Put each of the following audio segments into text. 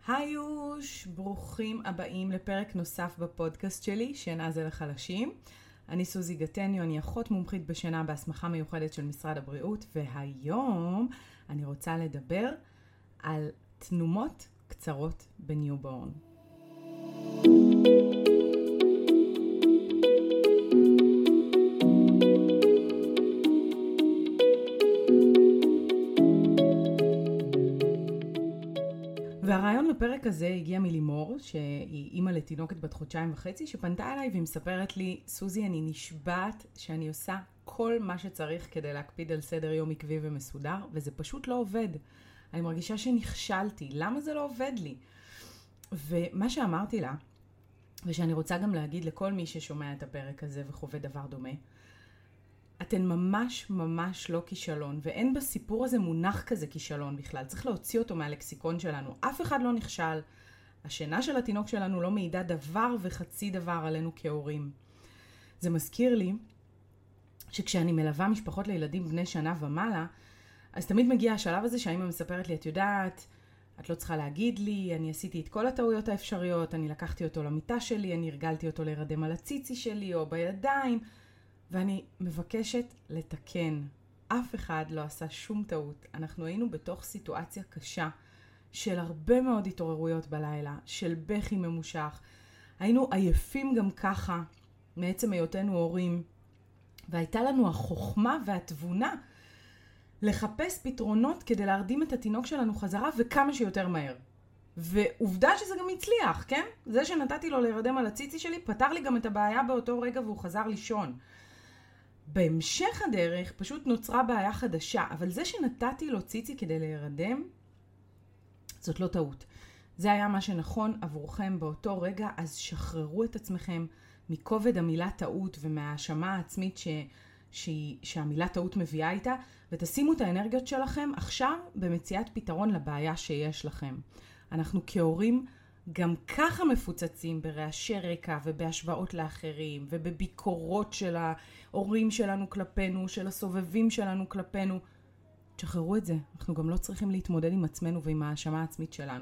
היוש, ברוכים הבאים לפרק נוסף בפודקאסט שלי, שינה זה לחלשים. אני סוזי גטניו, אני אחות מומחית בשינה בהסמכה מיוחדת של משרד הבריאות, והיום אני רוצה לדבר על תנומות קצרות בניובורן. והרעיון לפרק הזה הגיע מלימור, שהיא אימא לתינוקת בת 1.5 חודשים, שפנתה אליי והיא מספרת לי, סוזי, אני נשבעת שאני עושה כל מה שצריך כדי להקפיד על סדר יום עקבי ומסודר, וזה פשוט לא עובד. אני מרגישה שנכשלתי, למה זה לא עובד לי? ומה שאמרתי לה, ושאני רוצה גם להגיד לכל מי ששומע את הפרק הזה וחווה דבר דומה, אתן ממש לא כישלון, ואין בסיפור הזה מונח כזה כישלון בכלל. צריך להוציא אותו מהלקסיקון שלנו. אף אחד לא נכשל. השינה של התינוק שלנו לא מעידה דבר וחצי דבר עלינו כהורים. זה מזכיר לי שכשאני מלווה משפחות לילדים בני שנה ומעלה, אז תמיד מגיע השלב הזה שהאמא מספרת לי, את יודעת, את לא צריכה להגיד לי, אני עשיתי את כל הטעויות האפשריות, אני לקחתי אותו למיטה שלי, אני הרגלתי אותו להירדם על הציצי שלי או בידיים, ואני מבקשת לתקן. אף אחד לא עשה שום טעות. אנחנו היינו בתוך סיטואציה קשה של הרבה מאוד התעוררויות בלילה, של בכי ממושך. היינו עייפים גם ככה מעצם היותנו הורים, והייתה לנו החוכמה והתבונה לחפש פתרונות כדי להרדים את התינוק שלנו חזרה וכמה שיותר מהר. ועובדה שזה גם הצליח, כן? זה שנתתי לו להירדם על הציצי שלי פתר לי גם את הבעיה באותו רגע והוא חזר לישון. בהמשך הדרך פשוט נוצרה בעיה חדשה, אבל זה שנתתי לו ציצי כדי להירדם, זאת לא טעות. זה היה מה שנכון עבורכם באותו רגע, אז שחררו את עצמכם מכובד המילה טעות ומההאשמה העצמית שהמילה טעות מביאה איתה, ותשימו את האנרגיות שלכם עכשיו במציאת פתרון לבעיה שיש לכם. אנחנו כהורים גם ככה מפוצצים ברעשי רקע ובהשוואות לאחרים ובביקורות של ההורים שלנו כלפינו, של הסובבים שלנו כלפינו. תשחררו את זה. אנחנו גם לא צריכים להתמודד עם עצמנו ועם ההאשמה העצמית שלנו.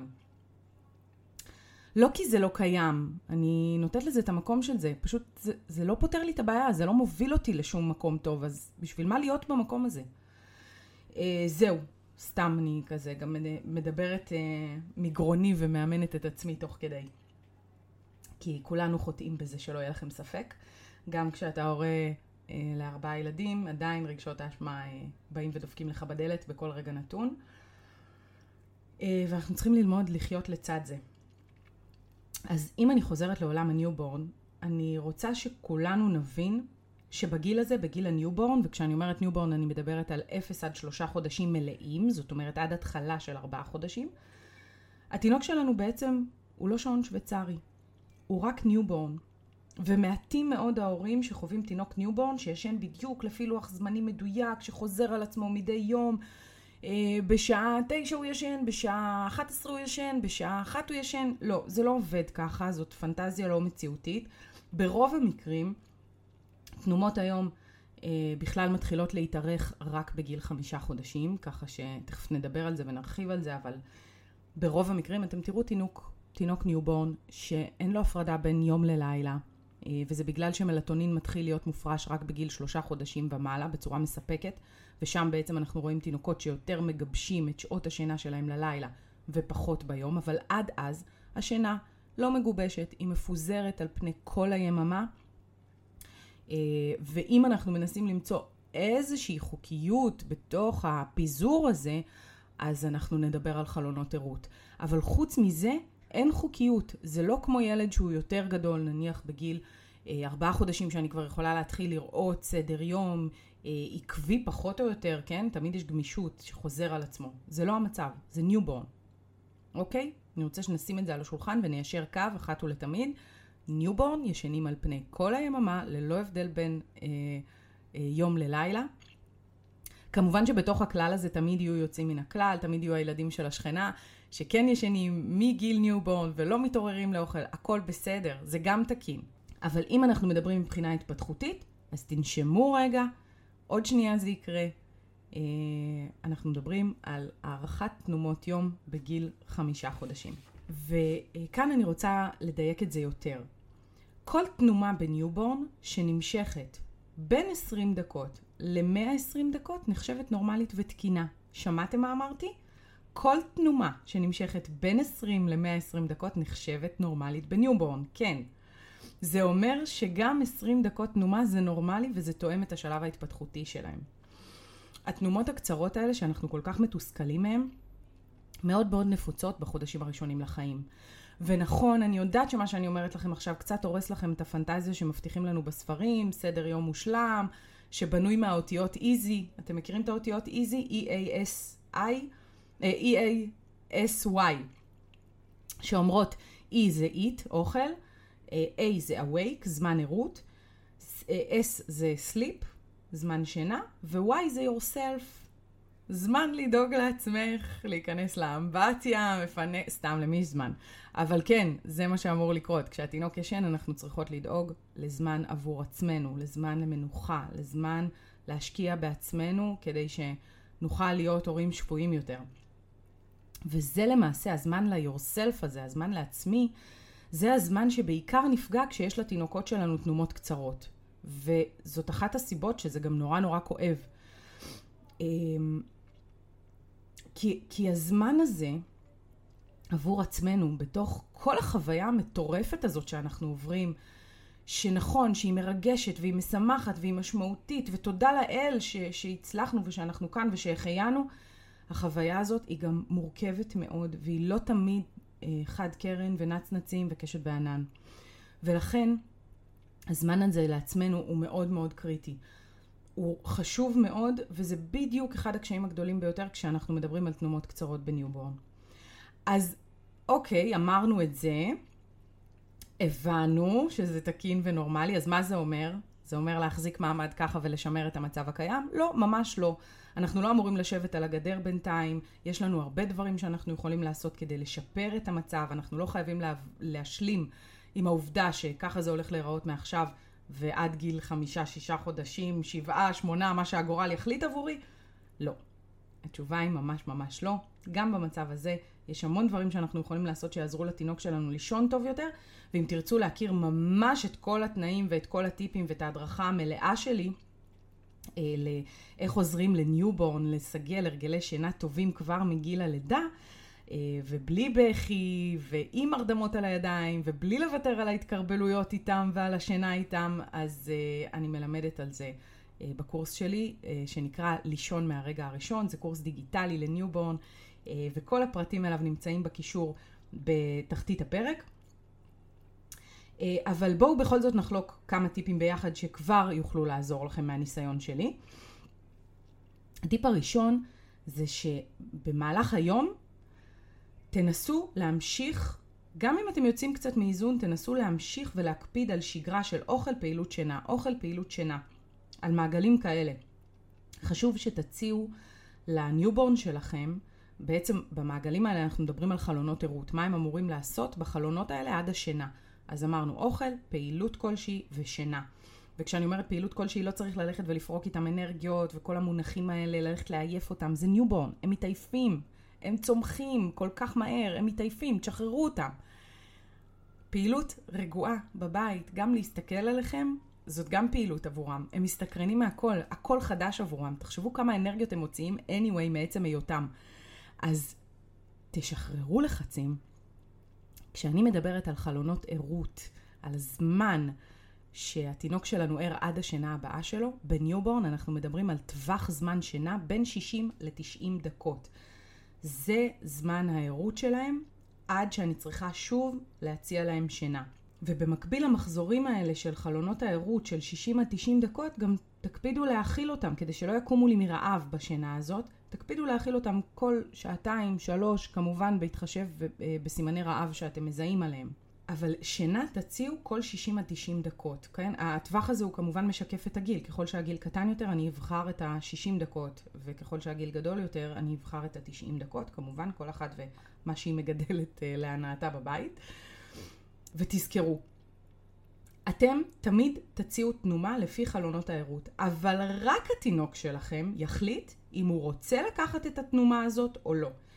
לא כי זה לא קיים, אני נותנת לזה את המקום של זה. פשוט זה לא פותר לי את הבעיה, זה לא מוביל אותי לשום מקום טוב, אז בשביל מה להיות במקום הזה? זהו. סתם אני כזה גם מדברת מגרוני ומאמנת את עצמי תוך כדי. כי כולנו חוטאים בזה שלא יהיה לכם ספק. גם כשאתה הורה ל4 ילדים, עדיין רגשות האשמה באים ודופקים לך בדלת בכל רגע נתון. ואנחנו צריכים ללמוד לחיות לצד זה. אז אם אני חוזרת לעולם הניובורן, אני רוצה שכולנו נבין שבגיל הזה, בגיל הניובורן, וכשאני אומרת ניובורן אני מדברת על 0 עד 3 חודשים מלאים, זאת אומרת עד התחלה של 4 חודשים, התינוק שלנו בעצם הוא לא שעון שוויצרי, הוא רק ניובורן. ומעטים מאוד ההורים שחווים תינוק ניובורן שישן בדיוק לפי לוח זמנים מדויק, שחוזר על עצמו מדי יום, בשעה 9 הוא ישן, בשעה 11 הוא ישן, בשעה 1 הוא ישן. לא, זה לא עובד ככה, זאת פנטזיה לא מציאותית. ברוב המקרים, תנומות היום בכלל מתחילות להתארך רק בגיל 5 חודשים, ככה שתכף נדבר על זה ונרחיב על זה, אבל ברוב המקרים אתם תראו תינוק ניובורן שאין לו הפרדה בין יום ללילה, וזה בגלל שמלטונין מתחיל להיות מופרש רק בגיל 3 חודשים ומעלה בצורה מספקת, ושם בעצם אנחנו רואים תינוקות שיותר מגבשים את שעות השינה שלהם ללילה ופחות ביום, אבל עד אז השינה לא מגובשת, היא מפוזרת על פני כל היממה, ואם אנחנו מנסים למצוא איזושהי חוקיות בתוך הפיזור הזה, אז אנחנו נדבר על חלונות עירות. אבל חוץ מזה, אין חוקיות. זה לא כמו ילד שהוא יותר גדול, נניח בגיל 4 חודשים, שאני כבר יכולה להתחיל לראות סדר יום עקבי פחות או יותר, כן? תמיד יש גמישות שחוזר על עצמו. זה לא המצב, זה ניובורן. אוקיי? אני רוצה שנשים את זה על השולחן וניישר קו אחת ולתמיד. ניובורן ישנים על פני כל היממה, ללא הבדל בין יום ללילה. כמובן שבתוך הכלל הזה תמיד יהיו יוצאים מן הכלל, תמיד יהיו הילדים של השכנה, שכן ישנים מגיל ניובורן ולא מתעוררים לאוכל, הכל בסדר, זה גם תקין. אבל אם אנחנו מדברים מבחינה התפתחותית, אז תנשמו רגע, עוד שנייה זה יקרה. אנחנו מדברים על הערכת תנומות יום בגיל 5 חודשים. וכאן אני רוצה לדייק את זה יותר. כל תנומה בניובורן שנמשכת בין 20 דקות ל-120 דקות נחשבת נורמלית ותקינה. שמעתם מה אמרתי? כל תנומה שנמשכת בין 20 ל-120 דקות נחשבת נורמלית בניובורן. כן. זה אומר שגם 20 דקות תנומה זה נורמלי וזה תואם את השלב ההתפתחותי שלהם. התנומות הקצרות האלה שאנחנו כל כך מתוסכלים מהם, מאוד מאוד נפוצות בחודשים הראשונים לחיים. ונכון, אני יודעת שמה שאני אומרת לכם עכשיו קצת הורס לכם את הפנטזיה שמבטיחים לנו בספרים, סדר יום מושלם, שבנוי מהאותיות easy. אתם מכירים את האותיות easy? E-A-S-Y, שאומרות E זה eat, אוכל, A זה awake, זמן ערות, S זה sleep, זמן שינה, ו-Y זה yourself, זמן לדאוג לעצמך, להיכנס לאמבטיה, מפנה, סתם למי זמן. אבל כן, זה מה שאמור לקרות. כשהתינוק ישן אנחנו צריכות לדאוג לזמן עבור עצמנו, לזמן למנוחה, לזמן להשקיע בעצמנו, כדי שנוכל להיות הורים שפויים יותר. וזה למעשה הזמן ל-yourself הזה, הזמן לעצמי, זה הזמן שבעיקר נפגע כשיש לתינוקות שלנו תנומות קצרות. וזאת אחת הסיבות שזה גם נורא נורא כואב. כי הזמן הזה עבור עצמנו, בתוך כל החוויה המטורפת הזאת שאנחנו עוברים, שנכון, שהיא מרגשת והיא משמחת והיא משמעותית, ותודה לאל שהצלחנו ושאנחנו כאן ושהחיינו, החוויה הזאת היא גם מורכבת מאוד, והיא לא תמיד חד קרן ונצנצים וקשת בענן. ולכן הזמן הזה לעצמנו הוא מאוד מאוד קריטי. הוא חשוב מאוד, וזה בדיוק אחד הקשיים הגדולים ביותר כשאנחנו מדברים על תנומות קצרות בניובורן. אז אוקיי, אמרנו את זה, הבנו שזה תקין ונורמלי, אז מה זה אומר? זה אומר להחזיק מעמד ככה ולשמר את המצב הקיים? לא, ממש לא. אנחנו לא אמורים לשבת על הגדר בינתיים, יש לנו הרבה דברים שאנחנו יכולים לעשות כדי לשפר את המצב, אנחנו לא חייבים להשלים עם העובדה שככה זה הולך להיראות מעכשיו, ועד גיל 5-6 חודשים, 7-8, מה שהגורל יחליט עבורי? לא. התשובה היא ממש ממש לא. גם במצב הזה יש המון דברים שאנחנו יכולים לעשות שיעזרו לתינוק שלנו לישון טוב יותר, ואם תרצו להכיר ממש את כל התנאים ואת כל הטיפים ואת ההדרכה המלאה שלי, לאיך עוזרים לניובורן, לסגל הרגלי שינה טובים כבר מגיל הלידה, ובלי בכי, ועם הרדמות על הידיים, ובלי לוותר על ההתקרבלויות איתם ועל השינה איתם, אז אני מלמדת על זה בקורס שלי, שנקרא לישון מהרגע הראשון. זה קורס דיגיטלי לניובורן, וכל הפרטים אליו נמצאים בקישור בתחתית הפרק. אבל בואו בכל זאת נחלוק כמה טיפים ביחד שכבר יוכלו לעזור לכם מהניסיון שלי. הטיפ הראשון זה שבמהלך היום תנסו להמשיך, גם אם אתם יוצאים קצת מאיזון, תנסו להמשיך ולהקפיד על שגרה של אוכל, פעילות שינה, אוכל, פעילות שינה, על מעגלים כאלה. חשוב שתציעו לניובורן שלכם, בעצם במעגלים האלה אנחנו מדברים על חלונות ערות, מה הם אמורים לעשות בחלונות האלה עד השינה. אז אמרנו אוכל, פעילות כלשהי ושינה. וכשאני אומרת פעילות כלשהי לא צריך ללכת ולפרוק איתם אנרגיות וכל המונחים האלה, ללכת לעייף אותם. זה ניובורן, הם מתעייפים, הם צומחים כל כך מהר, הם מתעייפים, תשחררו אותם. פעילות רגועה בבית, גם להסתכל עליכם, זאת גם פעילות עבורם. הם מסתקרנים מהכל, הכל חדש עבורם. תחשבו כמה אנרגיות הם מוציאים anyway מעצם היותם. אז תשחררו לחצים. כשאני מדברת על חלונות ערות, על הזמן שהתינוק שלנו ער עד השינה הבאה שלו, בניובורן אנחנו מדברים על טווח זמן שינה בין 60 ל-90 דקות. זה זמן הערות שלהם עד שאני צריכה שוב להציע להם שינה. ובמקביל למחזורים האלה של חלונות הערות של 60 עד 90 דקות, גם תקפידו להאכיל אותם כדי שלא יקומו לי מרעב בשינה הזאת. תקפידו להאכיל אותם כל שעתיים, 3, כמובן בהתחשב בסימני רעב שאתם מזהים עליהם. אבל שינה תציעו כל 60 עד 90 דקות, כן? הטווח הזה הוא כמובן משקף את הגיל. ככל שהגיל קטן יותר אני אבחר את ה-60 דקות, וככל שהגיל גדול יותר אני אבחר את ה-90 דקות, כמובן כל אחת ומה שהיא מגדלת להנאתה בבית. ותזכרו, אתם תמיד תציעו תנומה לפי חלונות הערות, אבל רק התינוק שלכם יחליט אם הוא רוצה לקחת את התנומה הזאת או לא.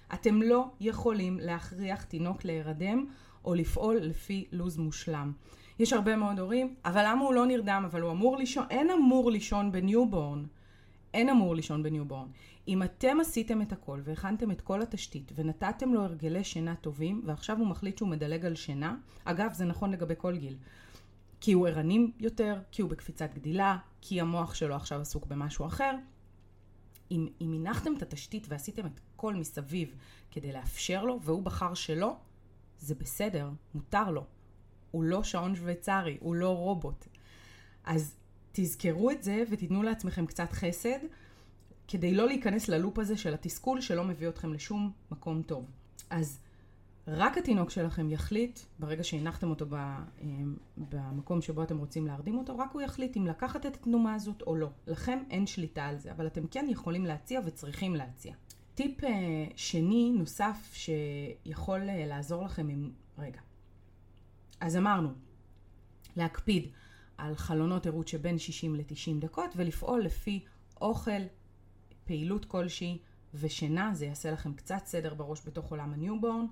אתם לא יכולים להכריח תינוק להירדם או לפעול לפי לוז מושלם. יש הרבה מאוד הורים, אבל למה הוא לא נרדם? אבל הוא אמור לישון. אין אמור לישון בניובורן. אין אמור לישון בניובורן. אם אתם עשיתם את הכל והכנתם את כל התשתית ונתתם לו הרגלי שינה טובים, ועכשיו הוא מחליט שהוא מדלג על שינה, אגב, זה נכון לגבי כל גיל. כי הוא ערנים יותר, כי הוא בקפיצת גדילה, כי המוח שלו עכשיו עסוק במשהו אחר. אם הנחתם את התשתית ועשיתם את כל מסביב כדי לאפשר לו, והוא בחר שלו, זה בסדר, מותר לו. הוא לא שעון שוויצרי, הוא לא רובוט. אז תזכרו את זה ותתנו לעצמכם קצת חסד, כדי לא להיכנס ללופ הזה של התסכול שלא מביא אתכם לשום מקום טוב. אז רק התינוק שלכם יחליט, ברגע שהנחתם אותו במקום שבו אתם רוצים להרדים אותו, רק הוא יחליט אם לקחת את התנומה הזאת או לא. לכם אין שליטה על זה, אבל אתם כן יכולים להציע וצריכים להציע. טיפ שני נוסף שיכול לעזור לכם עם... רגע. אז אמרנו, להקפיד על חלונות עירות שבין 60 ל-90 דקות, ולפעול לפי אוכל, פעילות כלשהי ושינה. זה יעשה לכם קצת סדר בראש בתוך עולם הניובורן.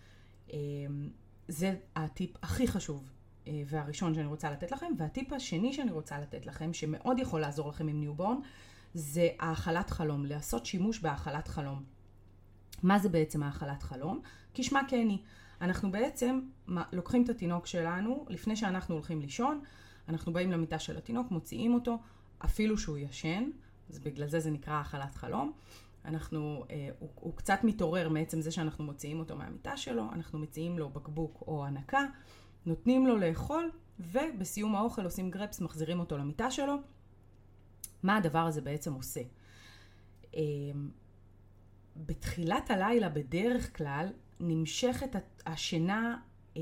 זה הטיפ הכי חשוב והראשון שאני רוצה לתת לכם. והטיפ השני שאני רוצה לתת לכם, שמאוד יכול לעזור לכם עם ניובורן, זה האכלת חלום, לעשות שימוש בהאכלת חלום. מה זה בעצם האכלת חלום? כשמה כן היא. אנחנו בעצם לוקחים את התינוק שלנו, לפני שאנחנו הולכים לישון, אנחנו באים למיטה של התינוק, מוציאים אותו, אפילו שהוא ישן, אז בגלל זה נקרא האכלת חלום. הוא קצת מתעורר מעצם זה שאנחנו מוציאים אותו מהמיטה שלו, אנחנו מציעים לו בקבוק או ענקה, נותנים לו לאכול, ובסיום האוכל עושים גרפס, מחזירים אותו למיטה שלו. מה הדבר הזה בעצם עושה? בתחילת הלילה בדרך כלל נמשכת השינה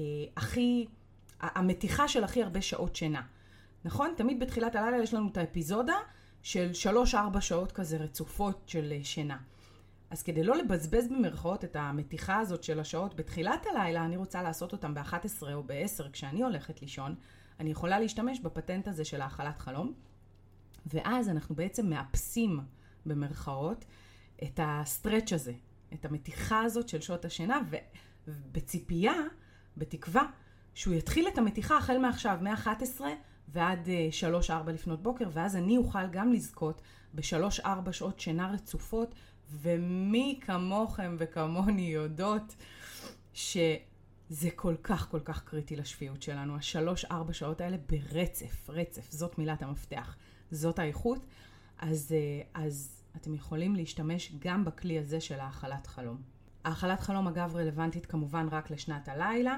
המתיחה של הכי הרבה שעות שינה. נכון? תמיד בתחילת הלילה יש לנו את האפיזודה של 3-4 שעות כזה רצופות של שינה. אז כדי לא לבזבז במרכאות את המתיחה הזאת של השעות בתחילת הלילה, אני רוצה לעשות אותם ב-11 או ב-10 כשאני הולכת לישון. אני יכולה להשתמש בפטנט הזה של האכלת חלום, ואז אנחנו בעצם מאפסים במרכאות את הסטרץ' הזה, את המתיחה הזאת של שעות השינה, ובציפייה, בתקווה, שהוא יתחיל את המתיחה החל מעכשיו, מ-11 ועד 3-4 לפנות בוקר, ואז אני אוכל גם לזכות ב-3-4 שעות שינה רצופות, ומי כמוכם וכמוני יודעות שזה כל כך כל כך קריטי לשפיות שלנו, 3-4 שעות האלה ברצף, זאת מילת המפתח, זאת האיכות. אז אתם יכולים להשתמש גם בכלי הזה של האכלת חלום. האכלת חלום אגב רלוונטית כמובן רק לשנת הלילה.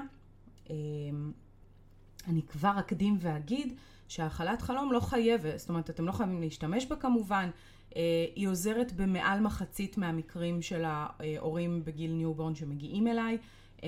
אני כבר אקדים ואגיד שהאכלת חלום לא חייבת, זאת אומרת אתם לא חייבים להשתמש בה כמובן, היא עוזרת במעל מחצית מהמקרים של ההורים בגיל ניובורן שמגיעים אליי,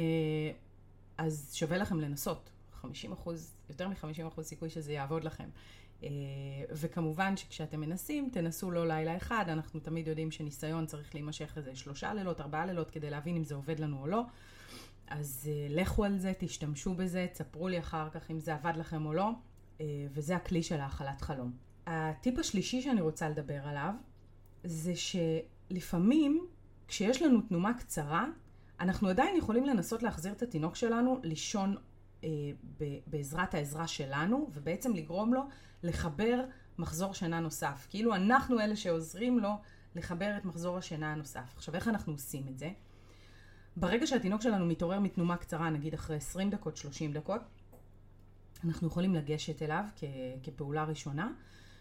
אז שווה לכם לנסות, 50%, יותר מ-50% סיכוי שזה יעבוד לכם. וכמובן שכשאתם מנסים, תנסו לא לילה אחד, אנחנו תמיד יודעים שניסיון צריך להימשך איזה 3 לילות, 4 לילות כדי להבין אם זה עובד לנו או לא. אז לכו על זה, תשתמשו בזה, תספרו לי אחר כך אם זה עבד לכם או לא, וזה הכלי של האכלת חלום. הטיפ השלישי שאני רוצה לדבר עליו, זה שלפעמים כשיש לנו תנומה קצרה, אנחנו עדיין יכולים לנסות להחזיר את התינוק שלנו לישון בעזרת העזרה שלנו, ובעצם לגרום לו לחבר מחזור שינה נוסף. כאילו אנחנו אלה שעוזרים לו לחבר את מחזור השינה הנוסף. עכשיו איך אנחנו עושים את זה? ברגע שהתינוק שלנו מתעורר מתנומה קצרה, נגיד אחרי 20 דקות, 30 דקות, אנחנו יכולים לגשת אליו כפעולה ראשונה,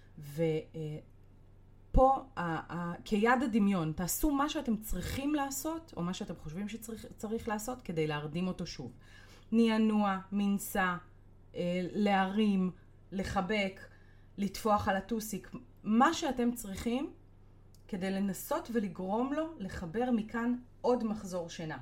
ופה כיד הדמיון, תעשו מה שאתם צריכים לעשות, או מה שאתם חושבים שצריך לעשות, כדי להרדים אותו שוב. ניענוע, מנסה, להרים, לחבק, לטפוח על הטוסיק, מה שאתם צריכים כדי לנסות ולגרום לו לחבר מכאן עוד מחזור שינה.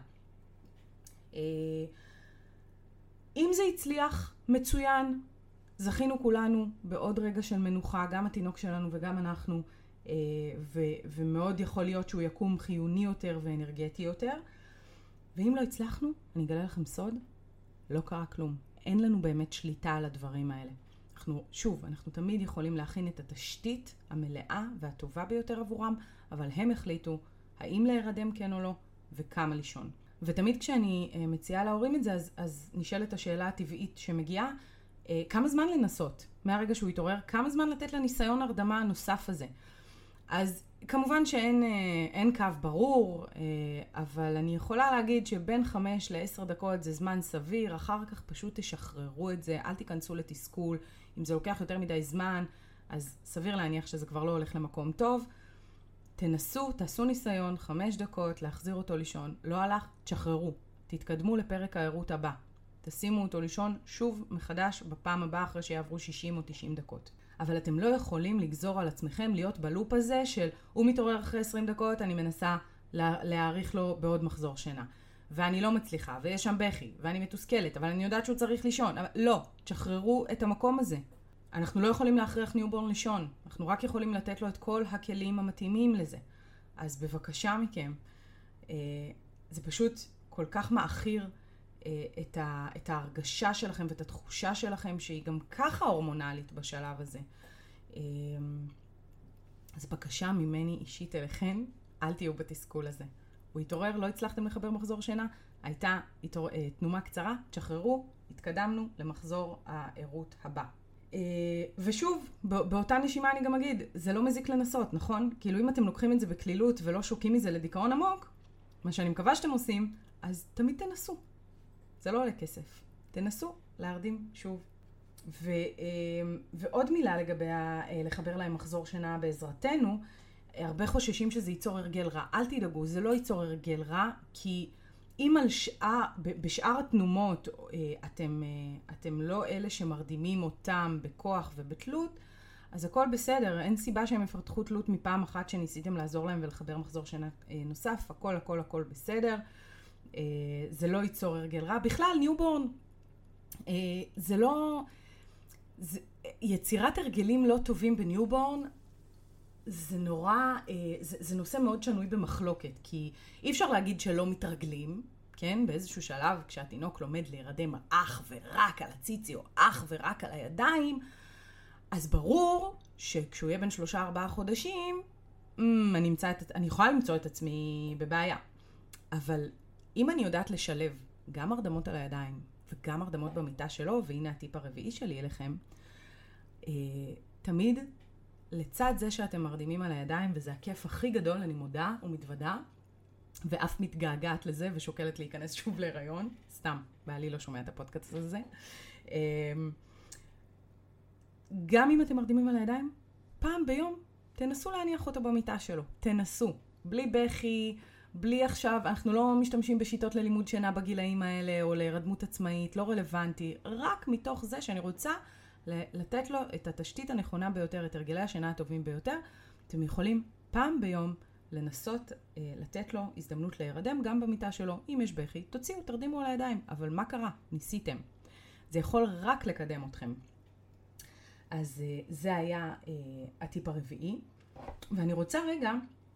אם זה הצליח, מצוין, זכינו כולנו בעוד רגע של מנוחה, גם התינוק שלנו וגם אנחנו, ומאוד יכול להיות שהוא יקום חיוני יותר ואנרגטי יותר. ואם לא הצלחנו, אני אגלה לכם סוד, לא קרה כלום. אין לנו באמת שליטה על הדברים האלה. אנחנו תמיד יכולים להכין את התשתית המלאה והטובה ביותר עבורם, אבל הם החליטו האם להירדם כן או לא, וכמה לישון. ותמיד כשאני מציעה להורים את זה, אז נשאלת השאלה הטבעית שמגיעה, כמה זמן לנסות? מהרגע שהוא יתעורר, כמה זמן לתת לניסיון הרדמה הנוסף הזה? אז כמובן שאין קו ברור, אבל אני יכולה להגיד שבין 5 ל-10 דקות זה זמן סביר, אחר כך פשוט תשחררו את זה, אל תיכנסו לתסכול, אם זה לוקח יותר מדי זמן, אז סביר להניח שזה כבר לא הולך למקום טוב. תנסו, תעשו ניסיון, 5 דקות, להחזיר אותו לישון, לא הלך, תשחררו, תתקדמו לפרק הערות הבא, תשימו אותו לישון שוב מחדש בפעם הבאה אחרי שיעברו 60 או 90 דקות. אבל אתם לא יכולים לגזור על עצמכם להיות בלופ הזה של הוא מתעורר אחרי 20 דקות, אני מנסה להאריך לו בעוד מחזור שינה. ואני לא מצליחה, ויש שם בכי, ואני מתוסכלת, אבל אני יודעת שהוא צריך לישון. אבל לא, תשחררו את המקום הזה. אנחנו לא יכולים להכריח ניובורן לישון. אנחנו רק יכולים לתת לו את כל הכלים המתאימים לזה. אז בבקשה מכם, זה פשוט כל כך מאחיר את ההרגשה שלכם ואת התחושה שלכם שהיא גם ככה הורמונלית בשלב הזה. אז בקשה ממני אישית אליכם, אל תהיו בתסכול הזה. הוא התעורר, לא הצלחתם לחבר מחזור שינה, הייתה תנומה קצרה, תשחררו, התקדמנו למחזור הערות הבא. ושוב, באותה נשימה אני גם אגיד, זה לא מזיק לנסות, נכון? כאילו אם אתם לוקחים את זה בכלילות ולא שוקים מזה לדיכאון עמוק, מה שאני מקווה שאתם עושים, אז תמיד תנסו. זה לא עולה כסף. תנסו להרדים שוב. ועוד מילה לגבי לחבר להם מחזור שינה בעזרתנו, הרבה חוששים שזה ייצור הרגל רע. אל תדאגו, זה לא ייצור הרגל רע, כי אם בשאר התנומות אתם לא אלה שמרדימים אותם בכוח ובתלות, אז הכל בסדר. אין סיבה שהם יפתחו תלות מפעם אחת שניסיתם לעזור להם ולחבר מחזור שינה נוסף. הכל בסדר. זה לא ייצור הרגל רע. בכלל, ניובורן, זה לא... יצירת הרגלים לא טובים בניובורן, זה נורא, זה נושא מאוד שנוי במחלוקת, כי אי אפשר להגיד שלא מתרגלים, כן? באיזשהו שלב, כשהתינוק לומד להירדם אך ורק על הציצי, או אך ורק על הידיים, אז ברור שכשהוא יהיה בין 3-4 חודשים, אני יכולה למצוא את עצמי בבעיה. אבל אם אני יודעת לשלב גם הרדמות על הידיים, וגם הרדמות במיטה שלו, והנה הטיפ הרביעי שלי אליכם, תמיד לצד זה שאתם מרדימים על הידיים, וזה הכיף הכי גדול, אני מודה ומתוודה, ואף מתגעגעת לזה ושוקלת להיכנס שוב להיריון, סתם, בעלי לא שומע את הפודקאסט הזה. גם אם אתם מרדימים על הידיים, פעם ביום תנסו להניח אותו במיטה שלו, תנסו, בלי בכי, בלי עכשיו, אנחנו לא משתמשים בשיטות ללימוד שינה בגילאים האלה, או להירדמות עצמאית, לא רלוונטי, רק מתוך זה שאני רוצה לתת לו את התשתית הנכונה ביותר, את הרגלי השינה הטובים ביותר. אתם יכולים פעם ביום לנסות לתת לו הזדמנות להירדם גם במיטה שלו. אם יש בכי, תוציאו, תרדימו על הידיים. אבל מה קרה? ניסיתם. זה יכול רק לקדם אתכם. אז זה היה הטיפ הרביעי. ואני רוצה רגע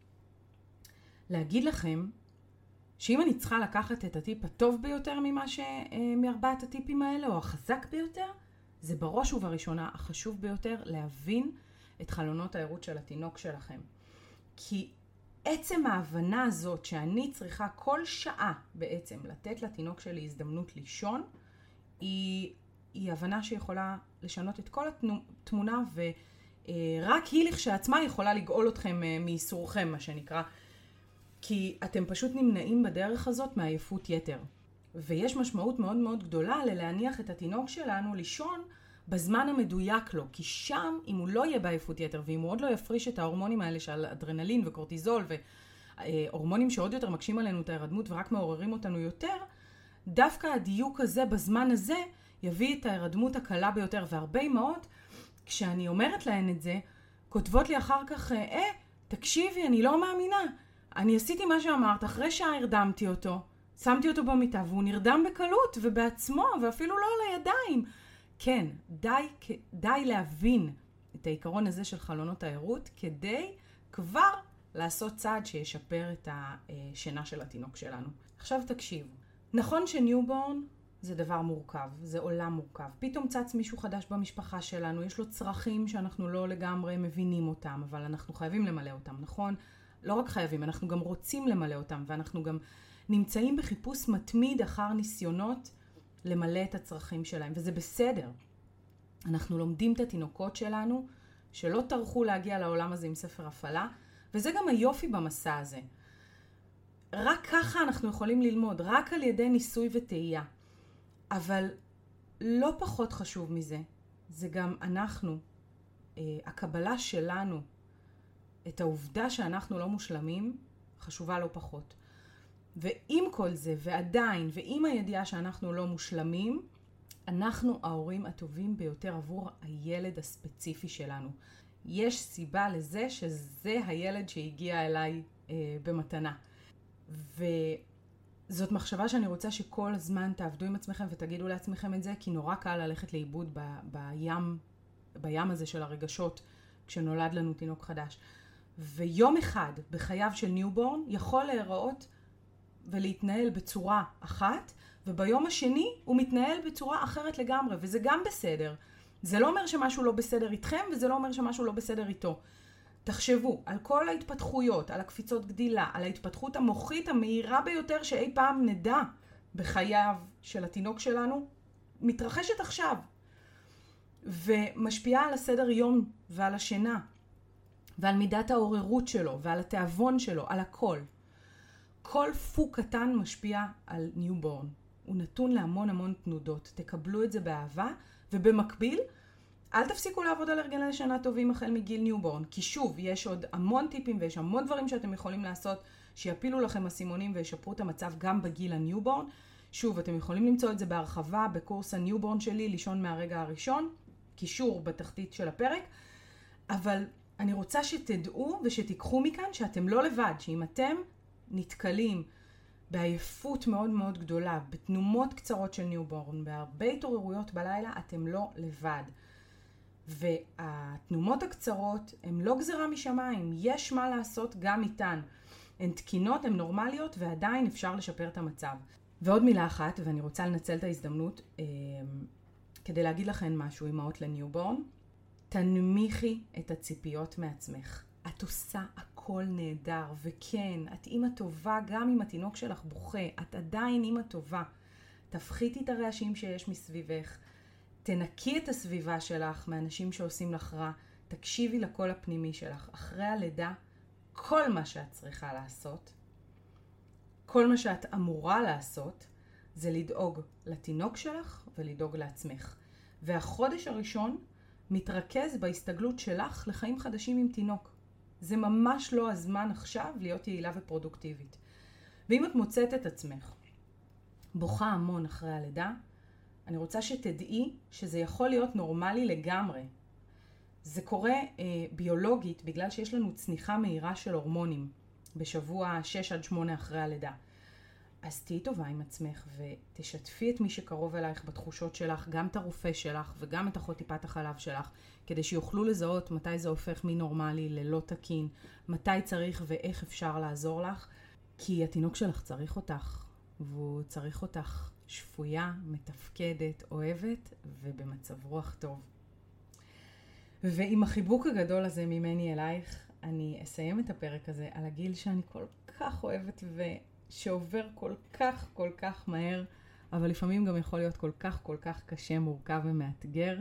להגיד לכם שאם אני צריכה לקחת את הטיפ הטוב ביותר מארבעת הטיפים האלה, או החזק ביותר, זה בראש ובראשונה החשוב ביותר להבין את חלונות הערות של התינוק שלכם. כי עצם ההבנה הזאת שאני צריכה כל שעה בעצם לתת לתינוק שלי הזדמנות לישון, היא הבנה שיכולה לשנות את כל התמונה, ורק היא לכשעצמה יכולה לגאול אתכם מייסורכם, מה שנקרא. כי אתם פשוט נמנעים בדרך הזאת מעייפות יתר. ויש משמעות מאוד מאוד גדולה ללהניח את התינוק שלנו לישון בזמן המדויק לו. כי שם, אם הוא לא יהיה בעייפות יתר, ואם הוא עוד לא יפריש את ההורמונים האלה של אדרנלין וקורטיזול, והורמונים שעוד יותר מקשים עלינו את ההירדמות ורק מעוררים אותנו יותר, דווקא הדיוק הזה בזמן הזה יביא את ההירדמות הקלה ביותר. והרבה אמהות, כשאני אומרת להן את זה, כותבות לי אחר כך, תקשיבי, אני לא מאמינה. אני עשיתי מה שאמרת, אחרי שעה הרדמתי אותו, שמתי אותו במיטה, והוא נרדם בקלות ובעצמו, ואפילו לא על הידיים. כן, די להבין את העיקרון הזה של חלונות הערות, כדי כבר לעשות צעד שישפר את השינה של התינוק שלנו. עכשיו תקשיבו, נכון שניובורן זה דבר מורכב, זה עולם מורכב. פתאום צץ מישהו חדש במשפחה שלנו, יש לו צרכים שאנחנו לא לגמרי מבינים אותם, אבל אנחנו חייבים למלא אותם, נכון? לא רק חייבים, אנחנו גם רוצים למלא אותם, ואנחנו גם נמצאים בחיפוש מתמיד אחר ניסיונות למלא את הצרכים שלהם, וזה בסדר. אנחנו לומדים את התינוקות שלנו, שלא טרחו להגיע לעולם הזה עם ספר הפעלה, וזה גם היופי במסע הזה. רק ככה אנחנו יכולים ללמוד, רק על ידי ניסוי וטעייה. אבל לא פחות חשוב מזה, זה גם אנחנו, הקבלה שלנו, את העובדה שאנחנו לא מושלמים, חשובה לא פחות. ועם כל זה, ועדיין, ועם הידיעה שאנחנו לא מושלמים, אנחנו ההורים הטובים ביותר עבור הילד הספציפי שלנו. יש סיבה לזה שזה הילד שהגיע אליי במתנה. וזאת מחשבה שאני רוצה שכל הזמן תעבדו עם עצמכם ותגידו לעצמכם את זה, כי נורא קל ללכת לאיבוד בים הזה של הרגשות כשנולד לנו תינוק חדש. ויום אחד בחייו של ניובורן יכול להיראות ולהתנהל בצורה אחת, וביום השני הוא מתנהל בצורה אחרת לגמרי, וזה גם בסדר. זה לא אומר שמשהו לא בסדר איתכם, וזה לא אומר שמשהו לא בסדר איתו. תחשבו על כל ההתפתחויות, על הקפיצות גדילה, על ההתפתחות המוחית המהירה ביותר שאי פעם נדע בחייו של התינוק שלנו, מתרחשת עכשיו. ומשפיעה על הסדר יום ועל השינה, ועל מידת העוררות שלו, ועל התיאבון שלו, על הכל. כל פוק קטן משפיע על ניובורן. הוא נתון להמון המון תנודות. תקבלו את זה באהבה, ובמקביל, אל תפסיקו לעבוד על הרגלי שינה טובים החל מגיל ניובורן, כי שוב, יש עוד המון טיפים ויש המון דברים שאתם יכולים לעשות שיפילו לכם הסימונים וישפרו את המצב גם בגיל הניובורן. שוב, אתם יכולים למצוא את זה בהרחבה בקורס הניובורן שלי, לישון מהרגע הראשון, קישור בתחתית של הפרק, אבל אני רוצה שתדעו ושתיקחו מכאן שאתם לא לבד, שאם אתם נתקלים בעייפות מאוד מאוד גדולה, בתנומות קצרות של ניובורן, בהרבה התעוררויות בלילה, אתם לא לבד. והתנומות הקצרות הן לא גזרה משמיים, יש מה לעשות גם איתן. הן תקינות, הן נורמליות, ועדיין אפשר לשפר את המצב. ועוד מילה אחת, ואני רוצה לנצל את ההזדמנות כדי להגיד לכן משהו, אמהות לניובורן. תנמיכי את הציפיות מעצמך. את עושה הכל נהדר, וכן, את אימא טובה גם אם התינוק שלך בוכה, את עדיין אימא טובה. תפחיתי את הרעשים שיש מסביבך, תנקי את הסביבה שלך מאנשים שעושים לך רע, תקשיבי לקול הפנימי שלך. אחרי הלידה, כל מה שאת צריכה לעשות, כל מה שאת אמורה לעשות, זה לדאוג לתינוק שלך ולדאוג לעצמך. והחודש הראשון מתרכז בהסתגלות שלך לחיים חדשים עם תינוק. זה ממש לא הזמן עכשיו להיות יעילה ופרודוקטיבית. ואם את מוצאת את עצמך בוכה המון אחרי הלידה, אני רוצה שתדעי שזה יכול להיות נורמלי לגמרי. זה קורה ביולוגית בגלל שיש לנו צניחה מהירה של הורמונים בשבוע 6 עד 8 אחרי הלידה. אז תהיי טובה עם עצמך ותשתפי את מי שקרוב אלייך בתחושות שלך, גם את הרופא שלך וגם את אחות טיפת החלב שלך, כדי שיוכלו לזהות מתי זה הופך מנורמלי ללא תקין, מתי צריך ואיך אפשר לעזור לך, כי התינוק שלך צריך אותך, והוא צריך אותך שפויה, מתפקדת, אוהבת ובמצב רוח טוב. ועם החיבוק הגדול הזה ממני אלייך, אני אסיים את הפרק הזה על הגיל שאני כל כך אוהבת ושעובר כל כך מהר, אבל לפעמים גם יכול להיות כל כך קשה, מורכב ומאתגר.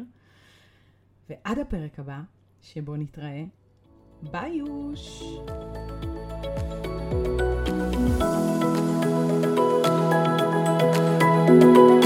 ועד הפרק הבא, שבו נתראה, ביי יוש! thank you